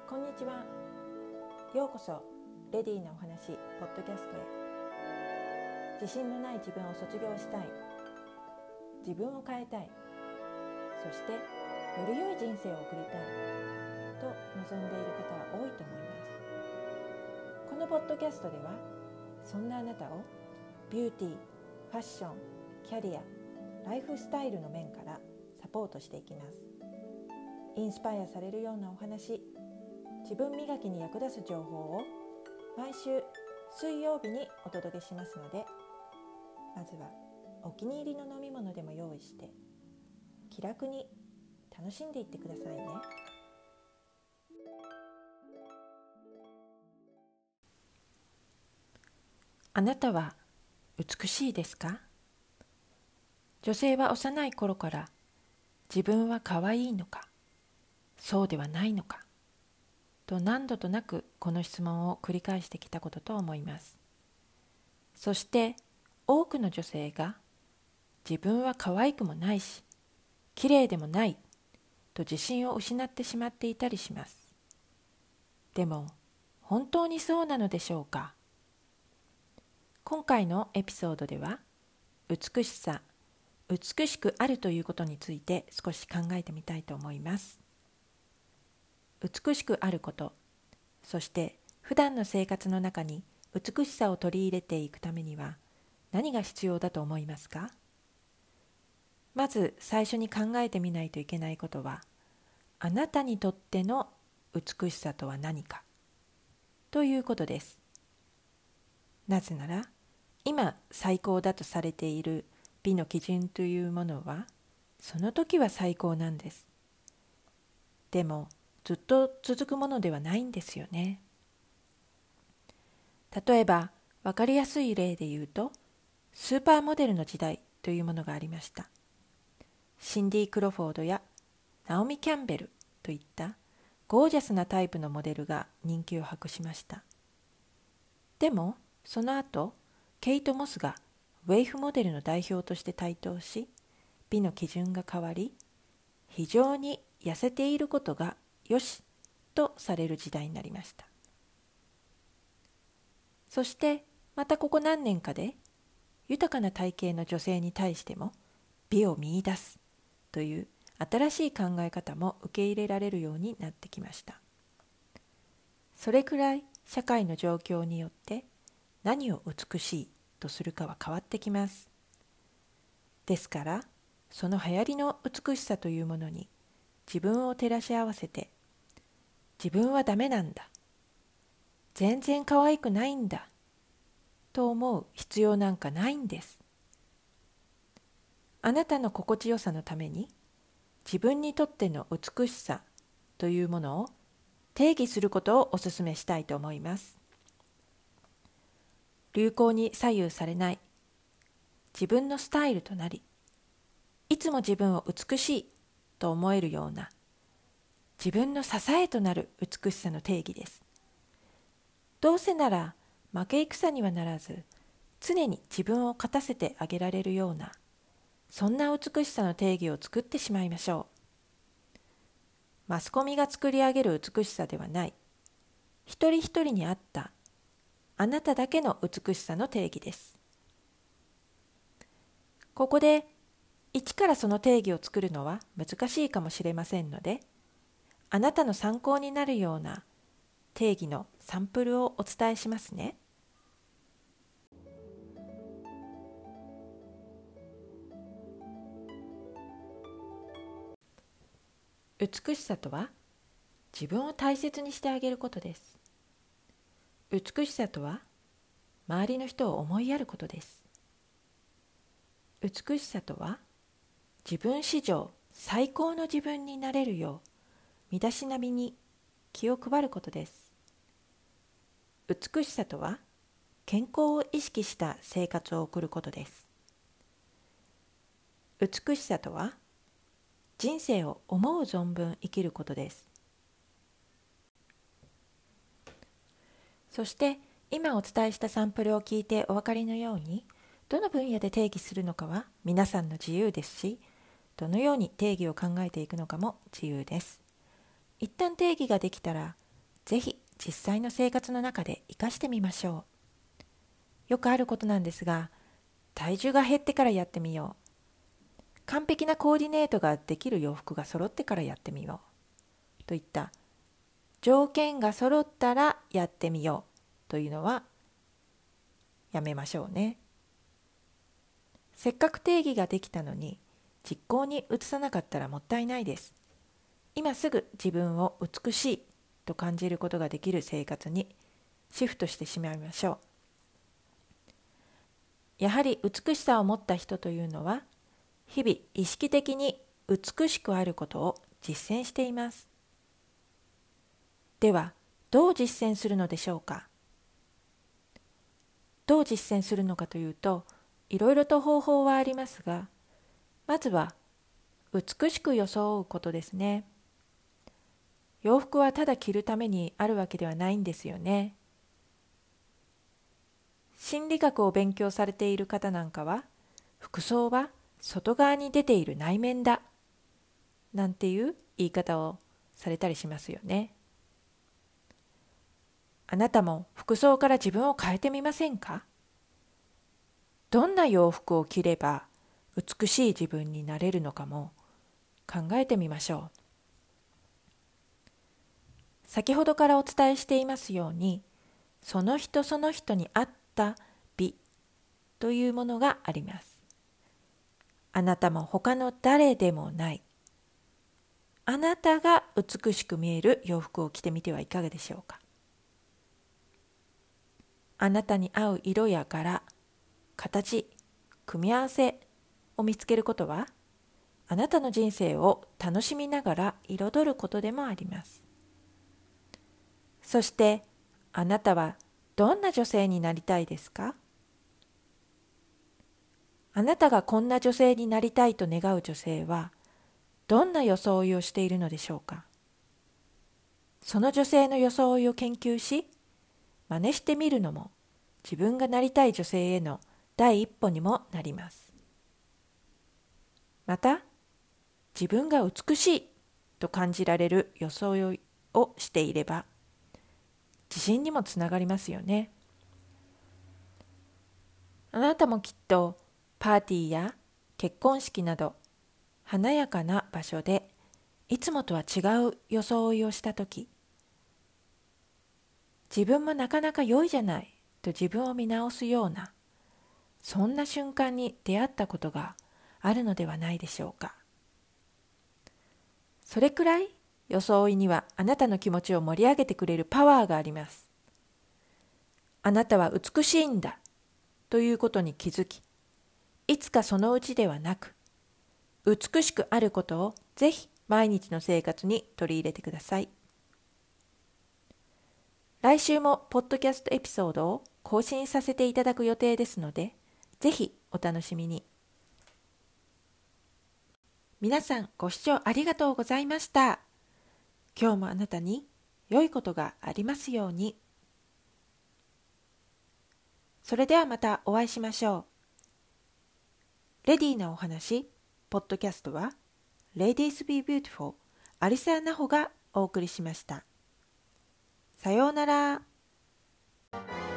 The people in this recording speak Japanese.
こんにちは。ようこそレディーなお話ポッドキャストへ。自信のない自分を卒業したい、自分を変えたい、そしてより良い人生を送りたいと望んでいる方は多いと思います。このポッドキャストではそんなあなたをビューティー、ファッション、キャリア、ライフスタイルの面からサポートしていきます。インスパイアされるようなお話、自分磨きに役立つ情報を毎週水曜日にお届けしますので、まずはお気に入りの飲み物でも用意して気楽に楽しんでいってくださいね。あなたは美しいですか？女性は幼い頃から自分は可愛いのか、そうではないのかと何度となくこの質問を繰り返してきたことと思います。そして多くの女性が自分は可愛くもないし綺麗でもないと自信を失ってしまっていたりします。でも本当にそうなのでしょうか？今回のエピソードでは美しさ、美しくあるということについて少し考えてみたいと思います。美しくあること、そして普段の生活の中に美しさを取り入れていくためには何が必要だと思いますか？まず最初に考えてみないといけないことは、あなたにとっての美しさとは何かということです。なぜなら今最高だとされている美の基準というものはその時は最高なんです。でもずっと続くものではないんですよね。例えば分かりやすい例で言うと、スーパーモデルの時代というものがありました。シンディ・クロフォードやナオミ・キャンベルといったゴージャスなタイプのモデルが人気を博しました。でもその後ケイト・モスがウェイフモデルの代表として台頭し、美の基準が変わり、非常に痩せていることがよしとされる時代になりました。そしてまたここ何年かで豊かな体型の女性に対しても美を見出すという新しい考え方も受け入れられるようになってきました。それくらい社会の状況によって何を美しいとするかは変わってきます。ですからその流行りの美しさというものに自分を照らし合わせて、自分はダメなんだ、全然可愛くないんだと思う必要なんかないんです。あなたの心地よさのために自分にとっての美しさというものを定義することをお勧めしたいと思います。流行に左右されない自分のスタイルとなり、いつも自分を美しいと思えるような自分の支えとなる美しさの定義です。どうせなら負け戦にはならず、常に自分を勝たせてあげられるような、そんな美しさの定義を作ってしまいましょう。マスコミが作り上げる美しさではない、一人一人に合ったあなただけの美しさの定義です。ここで一からその定義を作るのは難しいかもしれませんので、あなたの参考になるような定義のサンプルをお伝えしますね。美しさとは自分を大切にしてあげることです。美しさとは周りの人を思いやることです。美しさとは自分史上最高の自分になれるよう身だしなみに気を配ることです。美しさとは健康を意識した生活を送ることです。美しさとは人生を思う存分生きることです。そして今お伝えしたサンプルを聞いてお分かりのように、どの分野で定義するのかは皆さんの自由ですし、どのように定義を考えていくのかも自由です。一旦定義ができたら、 ぜひ実際の生活の中で活かしてみましょう。よくあることなんですが、体重が減ってからやってみよう。完璧なコーディネートができる洋服が揃ってからやってみよう。といった条件が揃ったらやってみようというのはやめましょうね。せっかく定義ができたのに実行に移さなかったらもったいないです。今すぐ自分を美しいと感じることができる生活にシフトしてしまいましょう。やはり美しさを持った人というのは日々意識的に美しくあることを実践しています。ではどう実践するのでしょうか。どう実践するのかというと、いろいろと方法はありますが、まずは美しく装うことですね。洋服はただ着るためにあるわけではないんですよね。心理学を勉強されている方なんかは、服装は外側に出ている内面だなんていう言い方をされたりしますよね。あなたも服装から自分を変えてみませんか？どんな洋服を着れば美しい自分になれるのかも考えてみましょう。先ほどからお伝えしていますように、その人その人に合った美というものがあります。あなたも他の誰でもない、あなたが美しく見える洋服を着てみてはいかがでしょうか。あなたに合う色や柄、形、組み合わせを見つけることは、あなたの人生を楽しみながら彩ることでもあります。そして、あなたはどんな女性になりたいですか？あなたがこんな女性になりたいと願う女性は、どんな装いをしているのでしょうか？その女性の装いを研究し、真似してみるのも、自分がなりたい女性への第一歩にもなります。また、自分が美しいと感じられる装いをしていれば、自信にもつながりますよね。あなたもきっとパーティーや結婚式など華やかな場所でいつもとは違う装いをしたとき、自分もなかなか良いじゃないと自分を見直すような、そんな瞬間に出会ったことがあるのではないでしょうか。それくらい装いにはあなたの気持ちを盛り上げてくれるパワーがあります。あなたは美しいんだということに気づき、いつかそのうちではなく、美しくあることをぜひ毎日の生活に取り入れてください。来週もポッドキャストエピソードを更新させていただく予定ですので、ぜひお楽しみに。皆さんご視聴ありがとうございました。今日もあなたに良いことがありますように。それではまたお会いしましょう。レディーなお話、ポッドキャストは Ladies Be Beautiful アリサ・ナホがお送りしました。さようなら。